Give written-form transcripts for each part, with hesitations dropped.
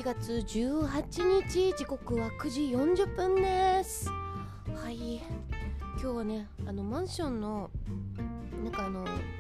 月18日、時刻は9時40分です。はい、今日はね、マンションのなんか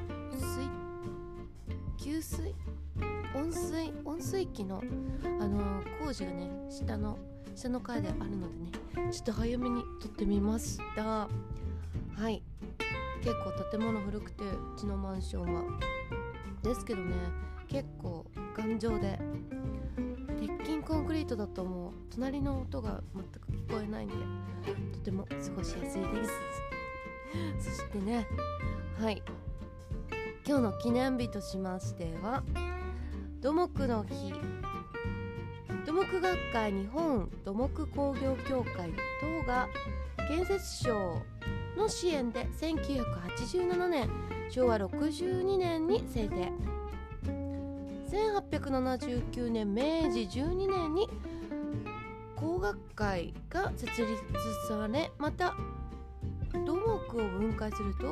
給水温水器の工事がね、下の階であるのでね、ちょっと早めに撮ってみました。はい、結構建物古くて、うちのマンションはですけどね、結構頑丈で、鉄筋コンクリートだともう隣の音が全く聞こえないんで、とても過ごしやすいですそしてね、はい、今日の記念日としましては土木の日。土木学会日本土木工業協会等が建設省の支援で1987年昭和62年に制定、1879年明治12年に工学会が設立され、また土木を分解すると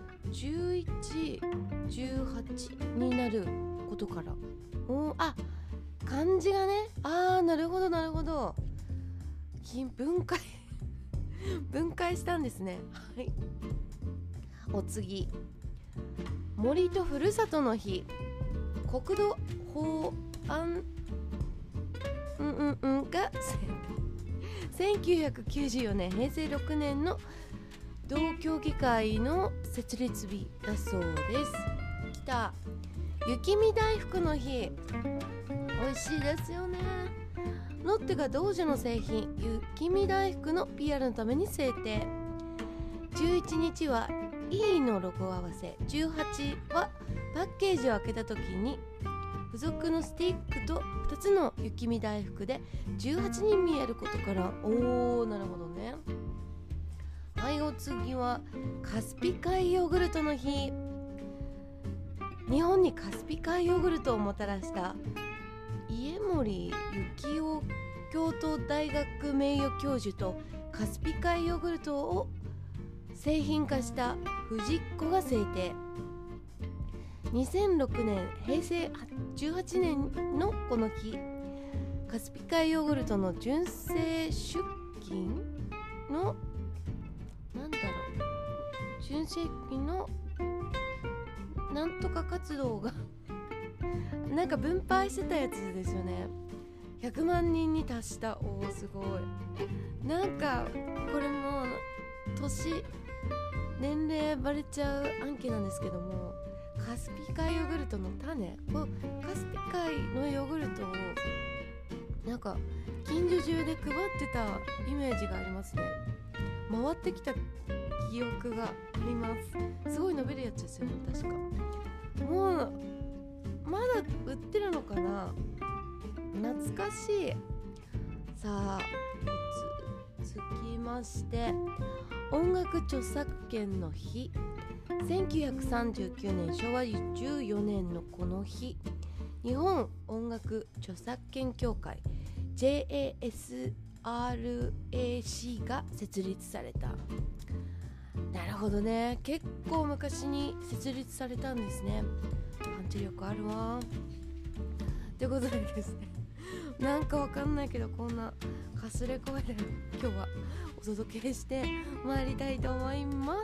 11、18になることから、漢字がね、なるほど分解したんですね。はい、お次、森とふるさとの日。国土法案が1994年平成6年の同協議会の設立日だそうです。きた。雪見大福の日。美味しいですよね。ロッテが同社の製品雪見大福の PR のために制定。11日は E のロゴ合わせ、18はパッケージを開けた時に付属のスティックと2つの雪見大福で18に見えることから、なるほどね。はい、お次はカスピ海ヨーグルトの日。日本にカスピ海ヨーグルトをもたらした家森幸夫京都大学名誉教授とカスピ海ヨーグルトを製品化した藤子が制定。2006年平成18年のこの日、カスピ海ヨーグルトの純正出勤の純正のなんとか活動がなんか分配してたやつですよね。100万人に達した。すごい。なんかこれも年齢バレちゃう案件なんですけども、カスピ海ヨーグルトの種、カスピ海のヨーグルトをなんか近所中で配ってたイメージがありますね。回ってきた記憶があります。すごい伸びるやつですよね、確か。もうまだ売ってるのかな。懐かしい。さあ、続きまして音楽著作権の日。1939年昭和14年のこの日、日本音楽著作権協会 JASRAC が設立された。なるほどね、結構昔に設立されたんですね。パンチ力あるわ。ということでですね、なんかわかんないけど、こんなかすれ声で今日はお届けしてまいりたいと思います。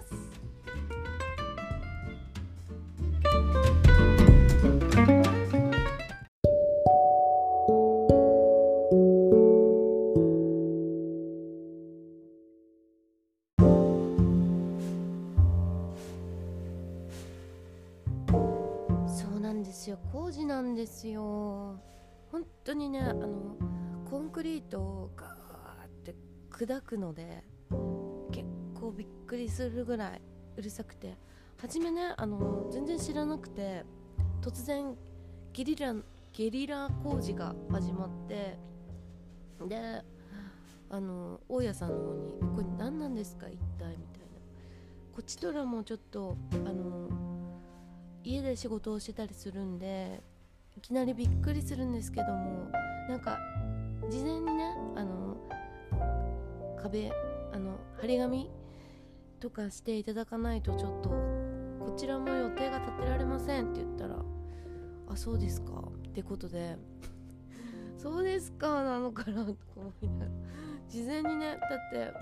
そうなんですよ、工事なんですよ。本当にね、コンクリートをガーって砕くので結構びっくりするぐらいうるさくて、初めね、全然知らなくて、突然ゲリラ工事が始まって、で大家さんの方にこれ何なんですか一体みたいな。こっちとらもちょっと家で仕事をしてたりするんで、いきなりびっくりするんですけども、なんか事前にね、壁張り紙とかしていただかないと、ちょっとこちらも予定が立てられませんって言ったら、そうですかってことで、 そうですかなのかなとか思いながら、事前にね、だって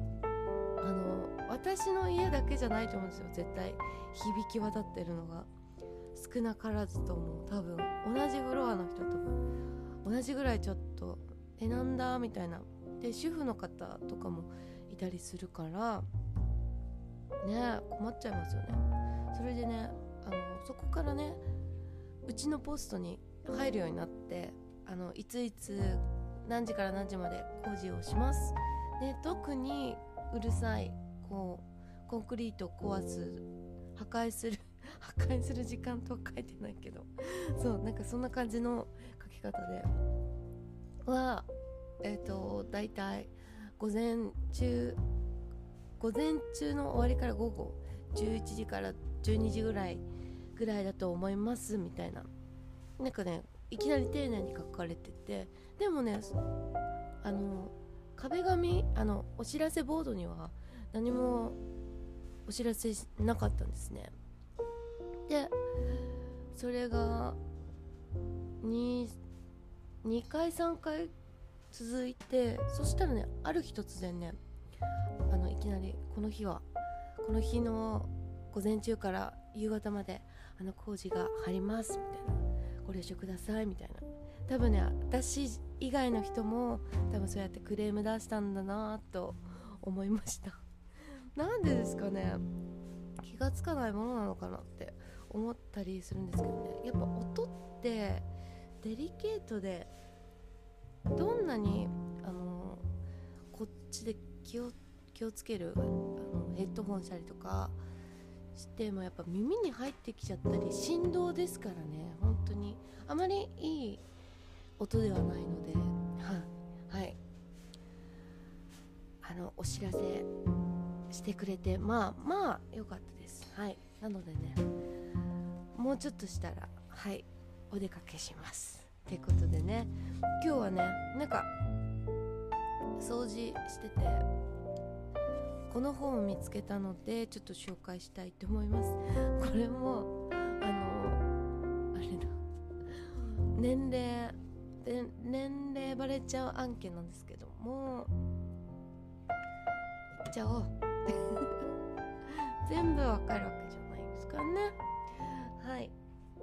私の家だけじゃないと思うんですよ、絶対響き渡ってるのが。少なからずと思う。多分同じフロアの人と同じぐらいちょっとなんだみたいな。で主婦の方とかもいたりするからね、困っちゃいますよね。それでね、そこからね、うちのポストに入るようになって、いついつ何時から何時まで工事をします。で特にうるさいコンクリートを壊す、破壊する時間とは書いてないけどそう、なんかそんな感じの書き方では、だいたい午前中の終わりから午後11時から12時ぐらいだと思いますみたいな、なんかね、いきなり丁寧に書かれてて、でもね、壁紙、お知らせボードには何もお知らせなかったんですね。でそれが2回3回続いて、そしたらね、ある日突然ね、いきなりこの日の午前中から夕方まで工事が入りますみたいな、ご了承くださいみたいな。多分ね、私以外の人も多分そうやってクレーム出したんだなと思いました。なんでですかね、気がつかないものなのかなって思ったりするんですけどね。やっぱ音ってデリケートで、どんなにこっちで気をつけるヘッドホンしたりとかしても、やっぱ耳に入ってきちゃったり、振動ですからね、本当にあまりいい音ではないので、はい、お知らせしてくれて、まあ良かったです。はい、なのでね、もうちょっとしたらお出かけしますってことでね、今日はね、なんか掃除しててこの本を見つけたので、ちょっと紹介したいと思います。これもあれだ、年齢バレちゃう案件なんですけども、いっちゃおう全部わかるわけじゃないんですからね。はい、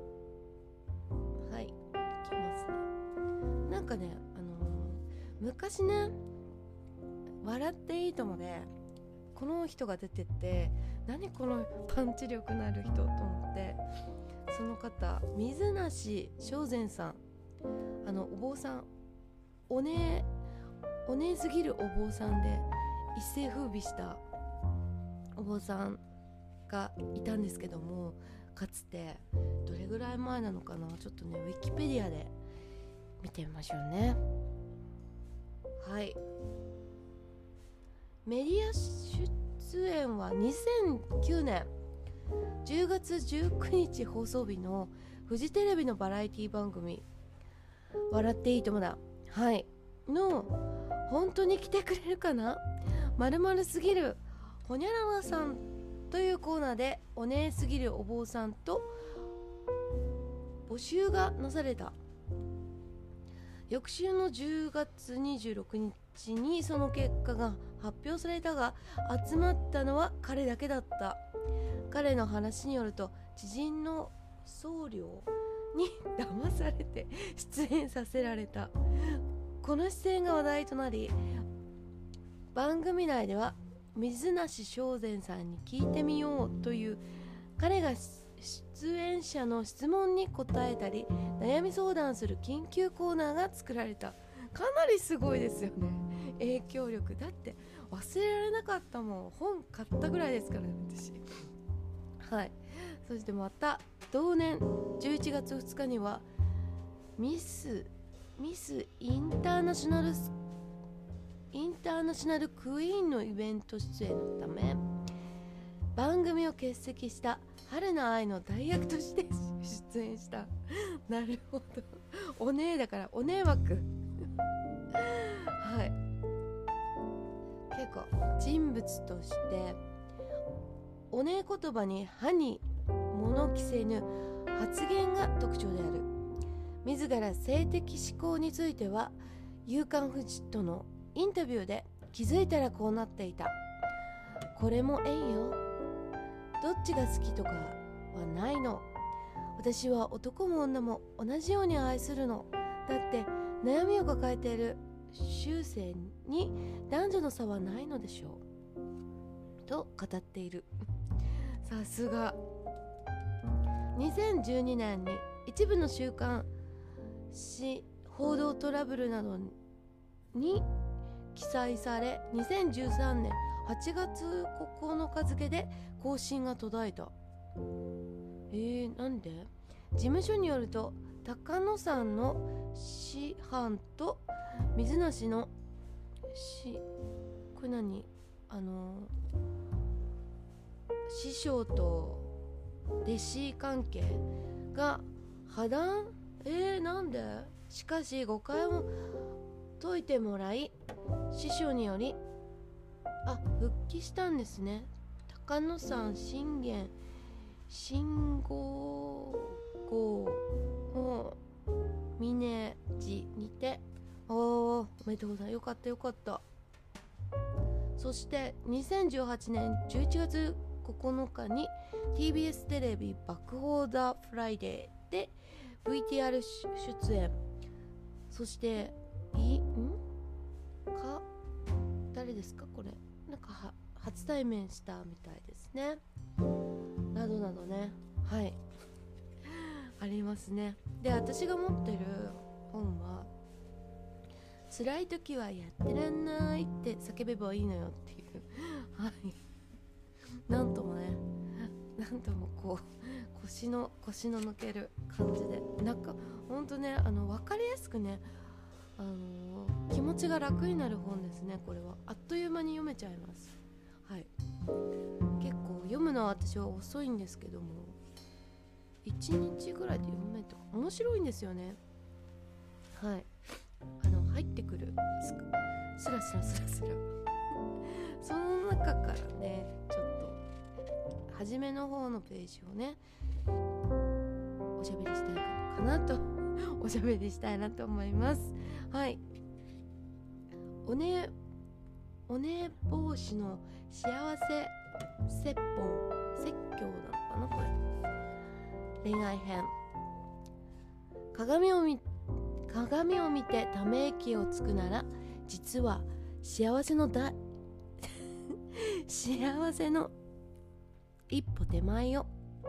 いきますね。なんかね、昔ね、笑っていいともでこの人が出てて、何このパンチ力のある人と思って、その方、水梨正善さん、お坊さん、お姉すぎるお坊さんで一世風靡したお坊さんがいたんですけども、かつてどれぐらい前なのかな、ちょっとね、ウィキペディアで見てみましょうね。はい、メディア出演は2009年10月19日放送日のフジテレビのバラエティ番組笑っていいともだの本当に来てくれるかな、〇〇すぎるほにゃららさんというコーナーで、お姉すぎるお坊さんと募集がなされた。翌週の10月26日にその結果が発表されたが、集まったのは彼だけだった。彼の話によると、知人の僧侶に騙されて出演させられた。この出演が話題となり、番組内では水梨正善さんに聞いてみようという、彼が出演者の質問に答えたり悩み相談する緊急コーナーが作られた。かなりすごいですよね、影響力。だって忘れられなかったもん、本買ったぐらいですからね、私。そしてまた同年11月2日にはミスインターナショナルクイーンのイベント出演のため番組を欠席した春菜愛の代役として出演した。なるほど、お姉だからお姉枠結構人物としてお姉言葉に歯に物着せぬ発言が特徴である。 自ら性的指向については夕刊フジとのインタビューで気づいたらこうなっていた。これも縁よ。どっちが好きとかはないの。私は男も女も同じように愛するの。だって悩みを抱えている終生に男女の差はないのでしょうと語っている。さすが。2012年に一部の週刊誌報道トラブルなどに記載され、2013年8月9日付で更新が途絶えた。なんで？事務所によると、高野山の師範と水無のこれ何？師匠と弟子関係が破談？なんで？しかし誤解を解いてもらい、師匠により復帰したんですね。高野山信玄信号号峰寺にて、おめでとうございます。よかったよかった。そして2018年11月9日に TBS テレビバックホーダーフライデーで VTR 出演。そして誰ですかこれ、なんか初対面したみたいですね、などなどね、はいありますね。で、私が持ってる本は、辛い時はやってらんないって叫べばいいのよっていうはいなんともね、なんともこう腰の抜ける感じで、なんかほんとね、分かりやすくね、気持ちが楽になる本ですね。これはあっという間に読めちゃいます。はい、結構読むのは私は遅いんですけども、1日ぐらいで読めて面白いんですよね。はい、入ってくるスラスラその中からね、ちょっと初めの方のページをねおしゃべりしたいかなとおしゃべりしたいなと思います。はい、おね帽子の幸せ説教なのかなこれ。恋愛編。鏡を見てため息をつくなら、実は幸せの一歩手前よ。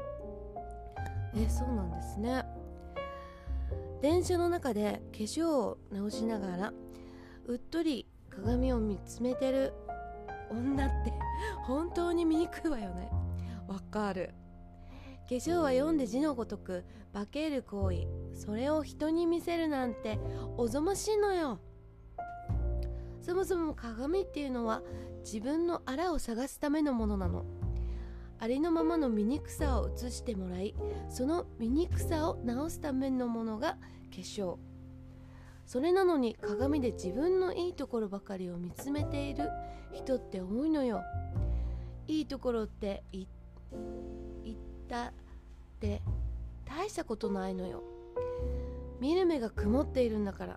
そうなんですね。電車の中で化粧を直しながらうっとり鏡を見つめてる女って本当に醜いわよね。わかる。化粧は読んで字のごとく化ける行為、それを人に見せるなんておぞましいのよ。そもそも鏡っていうのは自分のあらを探すためのものなの。ありのままの醜さを映してもらい、その醜さを直すためのものが化粧。それなのに鏡で自分のいいところばかりを見つめている人って多いのよ。いいところって言ったって大したことないのよ。見る目が曇っているんだから。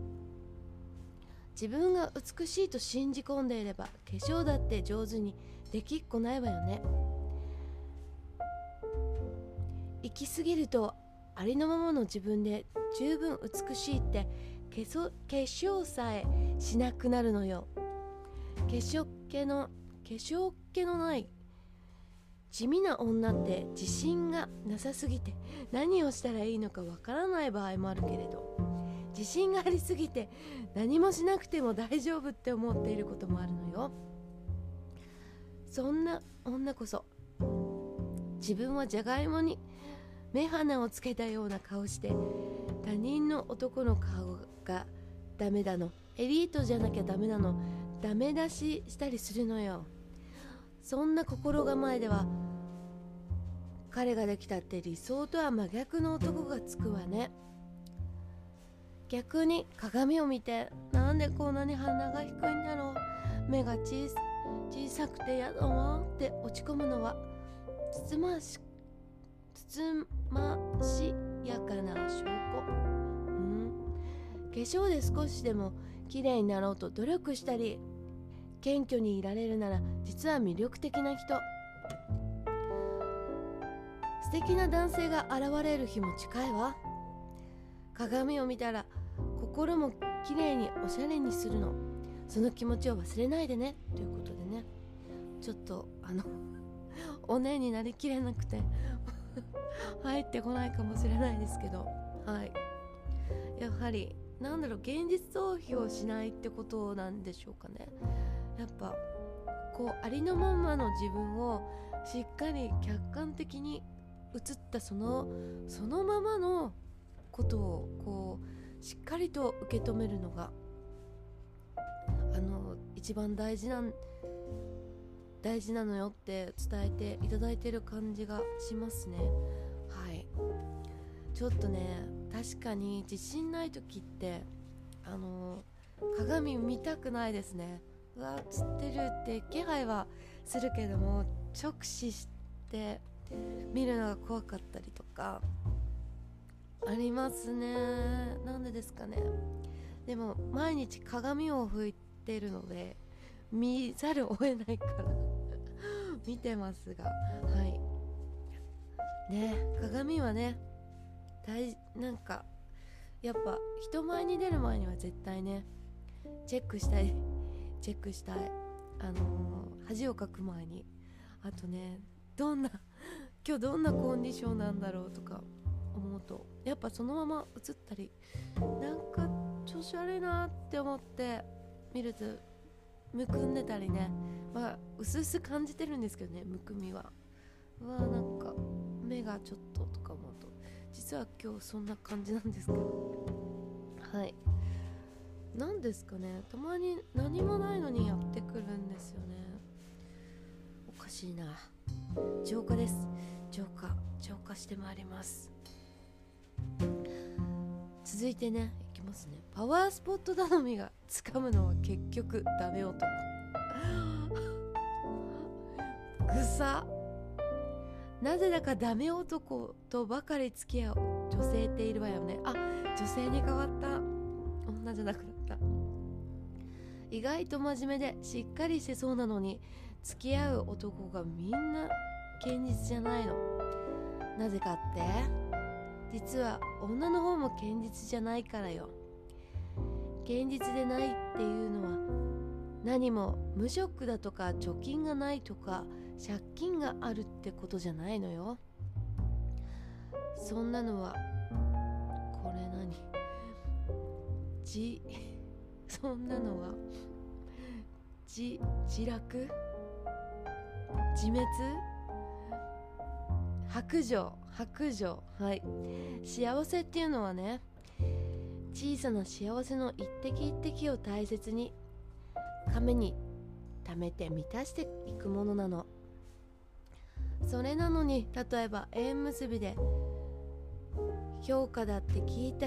自分が美しいと信じ込んでいれば化粧だって上手にできっこないわよね。行き過ぎるとありのままの自分で十分美しいって化粧さえしなくなるのよ。化粧気のない地味な女って自信がなさすぎて何をしたらいいのかわからない場合もあるけれど、自信がありすぎて何もしなくても大丈夫って思っていることもあるのよ。そんな女こそ自分はじゃがいもに目鼻をつけたような顔して他人の男の顔がダメだの、エリートじゃなきゃダメなの、ダメ出ししたりするのよ。そんな心構えでは彼ができたって理想とは真逆の男がつくわね。逆に鏡を見て、なんでこんなに鼻が低いんだろう、目が小さくてやだわって落ち込むのはつつましやかな証拠。 粧で少しでも綺麗になろうと努力したり、謙虚にいられるなら実は魅力的な人。素敵な男性が現れる日も近いわ。鏡を見たら心も綺麗におしゃれにするの。その気持ちを忘れないでね、ということでね、ちょっとおねになりきれなくて入ってこないかもしれないですけど、はい、やはり現実逃避をしないってことなんでしょうかね。やっぱこうありのままの自分をしっかり客観的に映ったそのままのことをこうしっかりと受け止めるのが一番大事なのよって伝えていただいている感じがしますね。はい、ちょっとね、確かに自信ない時って鏡見たくないですね。うわ、映ってるって気配はするけども、直視して見るのが怖かったりとかありますね。なんでですかね。でも毎日鏡を拭いてるので見ざるを得ないから見てますが、はいね、鏡はねやっぱ人前に出る前には絶対ねチェックしたい恥をかく前に、あとね今日どんなコンディションなんだろうとか思うと、やっぱそのまま映ったり調子悪いなって思って見るとむくんでたりね、薄々感じてるんですけどね、むくみは目がちょっととか思うと、実は今日そんな感じなんですけど、はい、なんですかね、たまに何もないのにやってくるんですよね。おかしいな。浄化です。浄化してまいります。続いてね、いきますね。パワースポット頼みが掴むのは結局ダメ男草。なぜだかダメ男とばかり付き合う女性っているわよね。女性に変わった。女じゃなくなった。意外と真面目でしっかりしてそうなのに付き合う男がみんな堅実じゃないの。なぜかって実は女の方も堅実じゃないからよ。堅実でないっていうのは何も無職だとか貯金がないとか借金があるってことじゃないのよ。そんなのはこれそんなのは自落自滅白状。はい。幸せっていうのはね、小さな幸せの一滴一滴を大切に亀に貯めて満たしていくものなの。それなのに、例えば縁結びで評価だって聞いた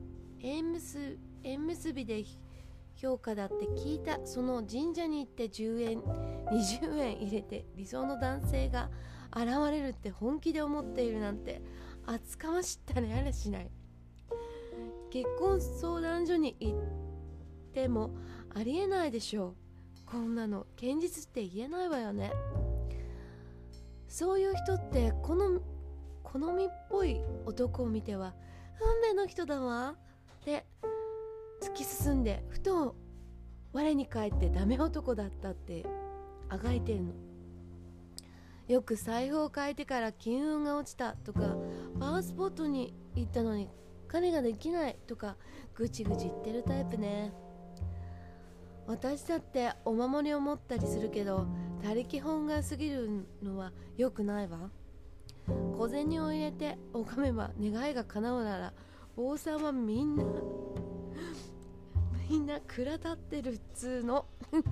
その神社に行って10円20円入れて理想の男性が現れるって本気で思っているなんて厚かましったりあらしない。結婚相談所に行ってもありえないでしょう。こんなの現実って言えないわよね。そういう人って好みっぽい男を見ては運命の人だわって突き進んで、ふと我に返ってダメ男だったってあがいてるの。よく財布を変えてから金運が落ちたとか、パワースポットに行ったのに金ができないとかぐちぐち言ってるタイプね。私だってお守りを持ったりするけど、他力本願すぎるのは良くないわ。小銭を入れて拝めば願いが叶うなら、坊さんはみんな蔵立ってるっつーの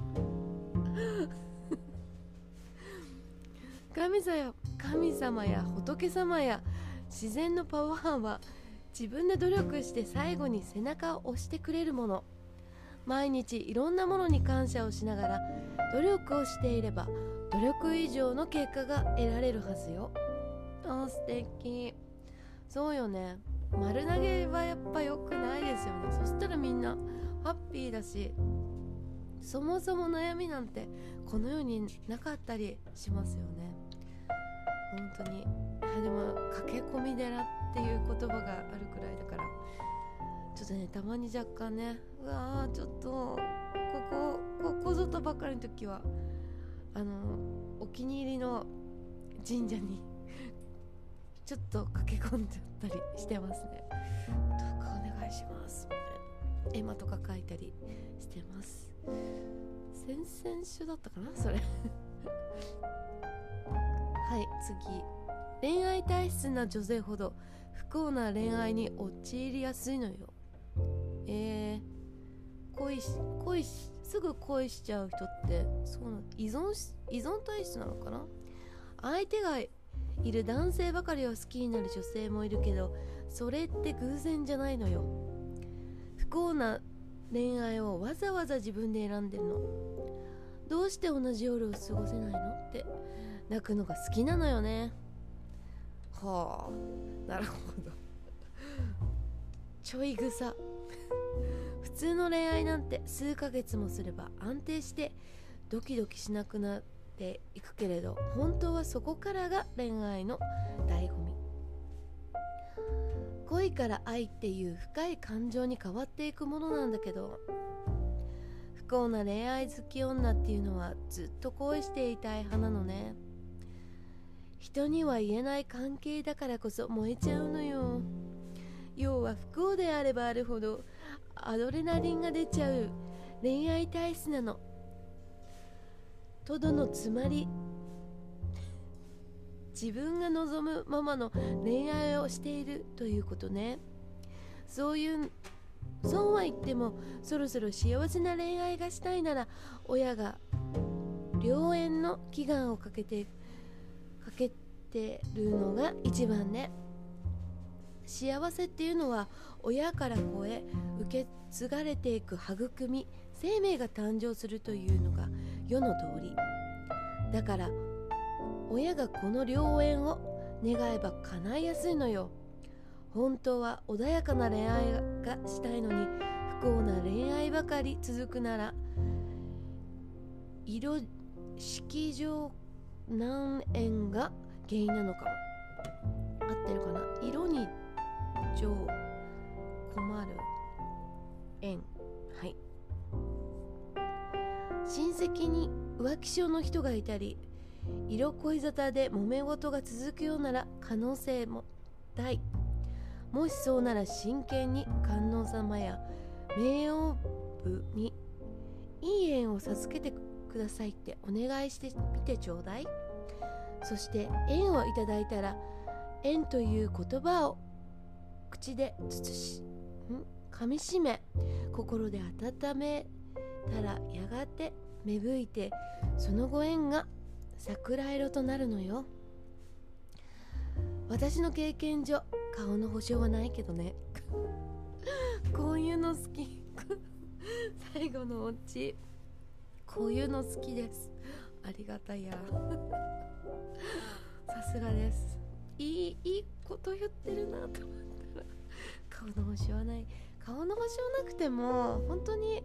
神様や仏様や自然のパワーは自分で努力して最後に背中を押してくれるもの。毎日いろんなものに感謝をしながら努力をしていれば努力以上の結果が得られるはずよ。素敵。そうよね。 丸投げはやっぱ良くないですよね。そしたらみんなハッピーだし、そもそも悩みなんてこの世になかったりしますよね。本当に。でも駆け込み寺っていう言葉があるくらいだから、ちょっとね、たまに若干ね、うわーちょっとここぞとばかりの時はお気に入りの神社にちょっと駆け込んじゃったりしてますね。どうかお願いしますみたいな絵馬とか描いたりしてます。先々週だったかなそれはい、次。恋愛体質な女性ほど不幸な恋愛に陥りやすいのよ。すぐ恋しちゃう人って依存体質なのかな。相手がいる男性ばかりを好きになる女性もいるけど、それって偶然じゃないのよ。不幸な恋愛をわざわざ自分で選んでるの。どうして同じ夜を過ごせないのって泣くのが好きなのよね。はあ、なるほどちょい草普通の恋愛なんて数ヶ月もすれば安定してドキドキしなくなっていくけれど、本当はそこからが恋愛の醍醐味。恋から愛っていう深い感情に変わっていくものなんだけど、不幸な恋愛好き女っていうのはずっと恋していたい派なのね。人には言えない関係だからこそ燃えちゃうのよ。要は不幸であればあるほどアドレナリンが出ちゃう恋愛体質なの。とどのつまり、自分が望むままの恋愛をしているということね。そうは言っても、そろそろ幸せな恋愛がしたいなら、親が良縁の祈願をかけてるのが一番ね。幸せっていうのは親から子へ受け継がれていく育み、生命が誕生するというのが世の通りだから、親がこの良縁を願えば叶いやすいのよ。本当は穏やかな恋愛がしたいのに不幸な恋愛ばかり続くなら、色上難縁が原因なのかも。合ってるかな。色に上困る縁。はい。親戚に浮気症の人がいたり、色恋沙汰で揉め事が続くようなら可能性も大。もしそうなら真剣に観音様や名王部にいい縁を授けてくださいってお願いしてみてちょうだい。そして縁をいただいたら、縁という言葉を口で噛みしめ、心で温めたら、やがて芽吹いて、そのご縁が桜色となるのよ。私の経験上、顔の保証はないけどねこういうの好き最後のオチ、こういうの好きです。ありがたやさすがです。いいこと言ってるなと思ったら、顔の保証はない。顔の保証なくても本当に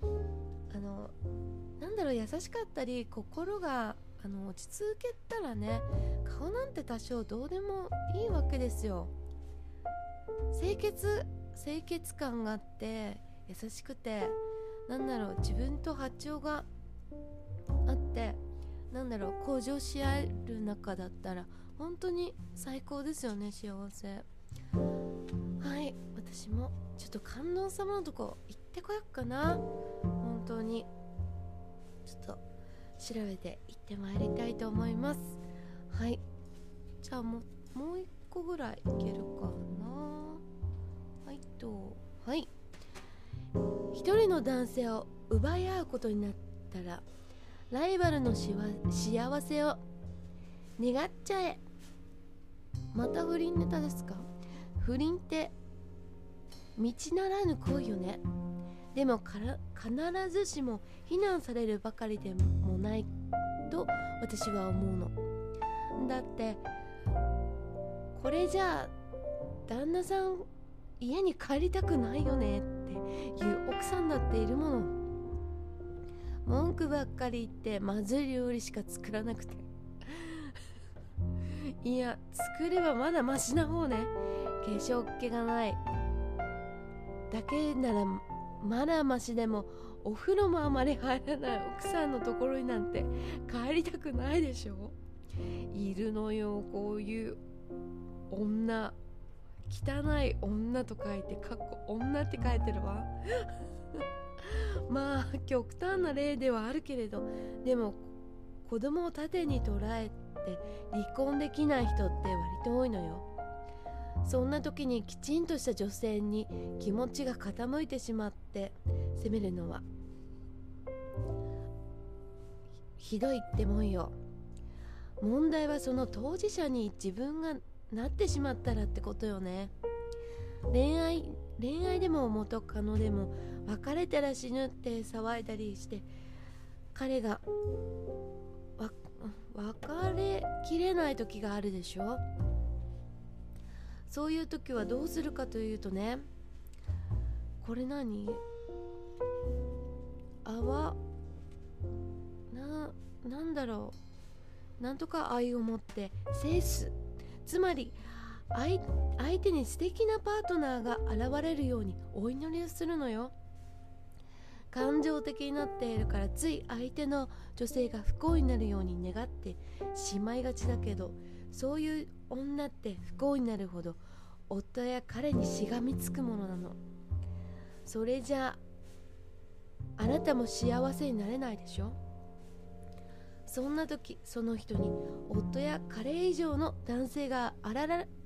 優しかったり、心が落ち着けたらね、顔なんて多少どうでもいいわけですよ。清潔感があって優しくて、自分と波長があって、向上し合える仲だったら本当に最高ですよね。幸せ。はい、私もちょっと観音様のとこ行ってこよっかな。本当にちょっと調べて行ってまいりたいと思います。はい、じゃあもう一個ぐらいいけるかな。はい、一人の男性を奪い合うことになったら、ライバルの幸せを願っちゃえ。また不倫ネタですか。不倫って道ならぬ恋よね。でも必ずしも非難されるばかりでもないと私は思うの。だってこれじゃあ旦那さん家に帰りたくないよねっていう奥さんだっているもの。文句ばっかり言ってまずい料理しか作らなくていや、作ればまだマシな方ね。化粧っ気がないだけならまだマシでも、お風呂もあまり入らない奥さんのところになんて帰りたくないでしょ。いるのよ、こういう女。汚い女と書いて女って書いてるわまあ極端な例ではあるけれど、でも子供を盾に捉えて離婚できない人って割と多いのよ。そんな時にきちんとした女性に気持ちが傾いてしまって責めるのはひどいってもんよ。問題はその当事者に自分がなってしまったらってことよね。恋愛でも元カノでも別れたら死ぬって騒いだりして、彼が別れきれない時があるでしょ。そういう時はどうするかというとね、これなんだろう、なんとか愛を持って制す、つまり相手に素敵なパートナーが現れるようにお祈りをするのよ。感情的になっているからつい相手の女性が不幸になるように願ってしまいがちだけど、そういう女って不幸になるほど夫や彼にしがみつくものなの。それじゃあなたも幸せになれないでしょ。そんな時、その人に夫や彼以上の男性が現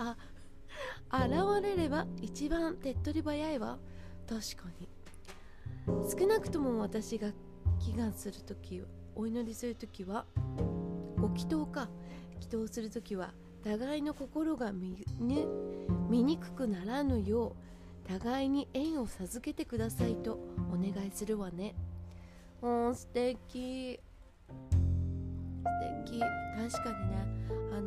れれば一番手っ取り早いわ。確かに。少なくとも私が祈願するとき、お祈りするときは、祈祷するときは互いの心が見にくくならぬよう互いに縁を授けてくださいとお願いするわね。素敵。確かにね、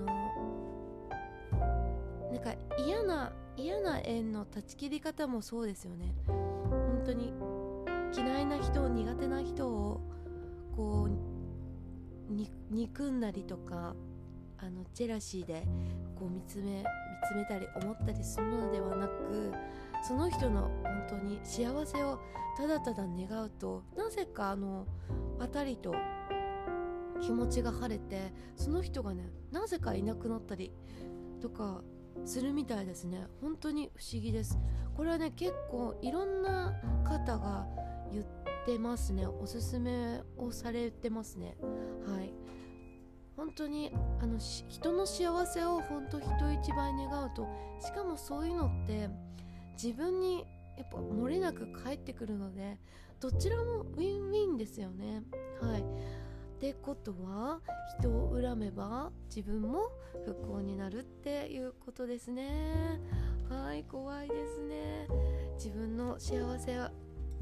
なんか嫌な縁の断ち切り方もそうですよね。本当に嫌いな人、苦手な人をこう憎んだりとか、ジェラシーでこう見つめたり思ったりするのではなく、その人の本当に幸せをただただ願うと、なぜかパタリと気持ちが晴れて、その人がね、なぜかいなくなったりとかするみたいですね。本当に不思議です。これはね、結構いろんな方が言ってますね。おすすめをされてますね。はい。本当に人の幸せを本当人一倍願うと、しかもそういうのって自分にやっぱ漏れなく返ってくるので、どちらもウィンウィンですよね。はい。ってことは、人を恨めば自分も不幸になるっていうことですね。はい、怖いですね。自分の幸せを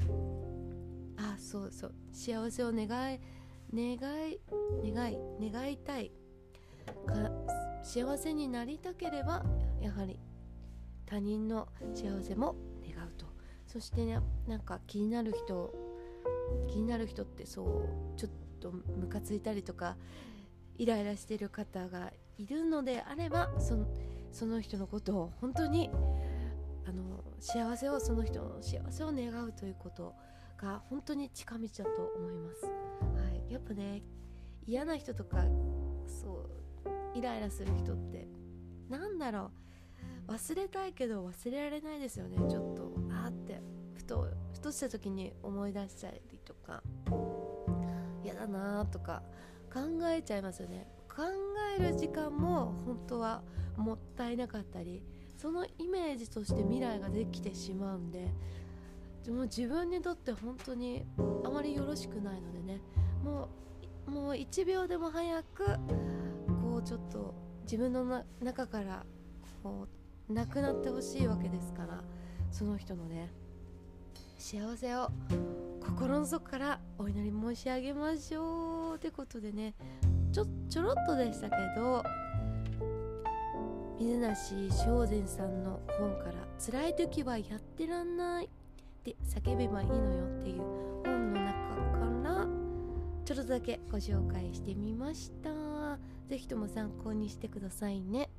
幸せを願いたいか、幸せになりたければやはり他人の幸せも願うと。そしてね、なんか気になる人ってそうちょっとムカついたりとかイライラしている方がいるのであれば、その人のことを本当にその人の幸せを願うということが本当に近道だと思います。はい、やっぱね、嫌な人とかイライラする人ってなんだろう、忘れたいけど忘れられないですよね。ちょっとってふとした時に思い出したりとか、嫌だなとか考えちゃいますよね。考える時間も本当はもったいなかったり、そのイメージとして未来ができてしまうんで、でも自分にとって本当にあまりよろしくないのでね、もう1秒でも早くこうちょっと自分の中からこうなくなってほしいわけですから、その人のね幸せを心の底からお祈り申し上げましょうってことでね、ちょろっとでしたけど、 水梨正禅さんの本から辛い時はやってらんないって叫べばいいのよっていう本の中からちょっとだけご紹介してみました。ぜひとも参考にしてくださいね。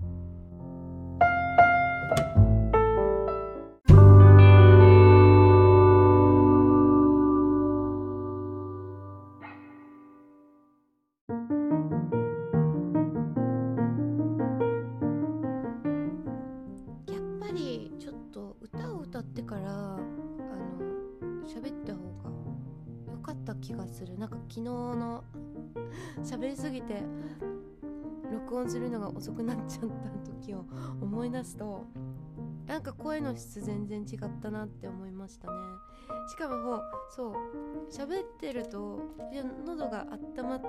ちょっと歌を歌ってから喋った方が良かった気がする。なんか昨日の喋りすぎて録音するのが遅くなっちゃった時を思い出すと、なんか声の質全然違ったなって思いましたね。しかもそう喋ってると喉が温まって、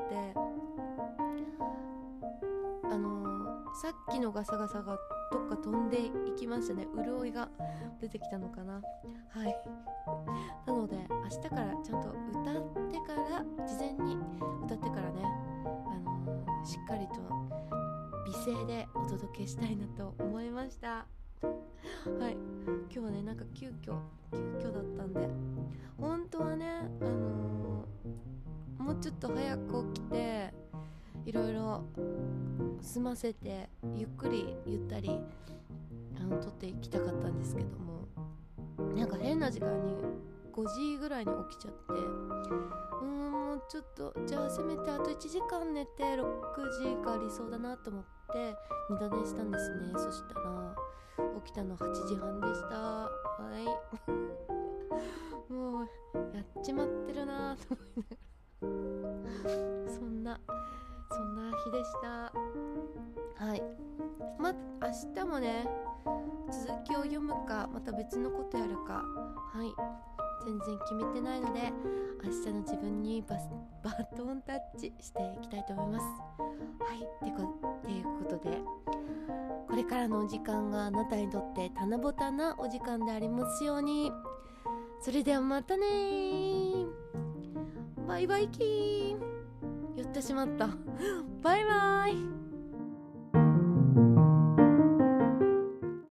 さっきのガサガサがどっか飛んでいきましたね。潤いが出てきたのかな。はい。なので明日からちゃんと歌ってから事前に歌ってからね、しっかりと美声でお届けしたいなと思いました。はい。今日はね、なんか急遽だったんで、本当はね、もうちょっと早く起きていろいろ済ませてゆっくりゆったり撮っていきたかったんですけども、なんか変な時間に5時ぐらいに起きちゃって、もうちょっとじゃあせめてあと1時間寝て6時が理想だなと思って二度寝したんですね。そしたら起きたの8時半でした。はいもうやっちまってるなと思いながらそんな日でした。はい。明日もね、続きを読むかまた別のことやるか、はい、全然決めてないので、明日の自分にバトンタッチしていきたいと思います。はい、ということで、これからのお時間があなたにとって棚ぼたなお時間でありますように。それではまたねー。バイバイキー。言ってしまった。バイバイ。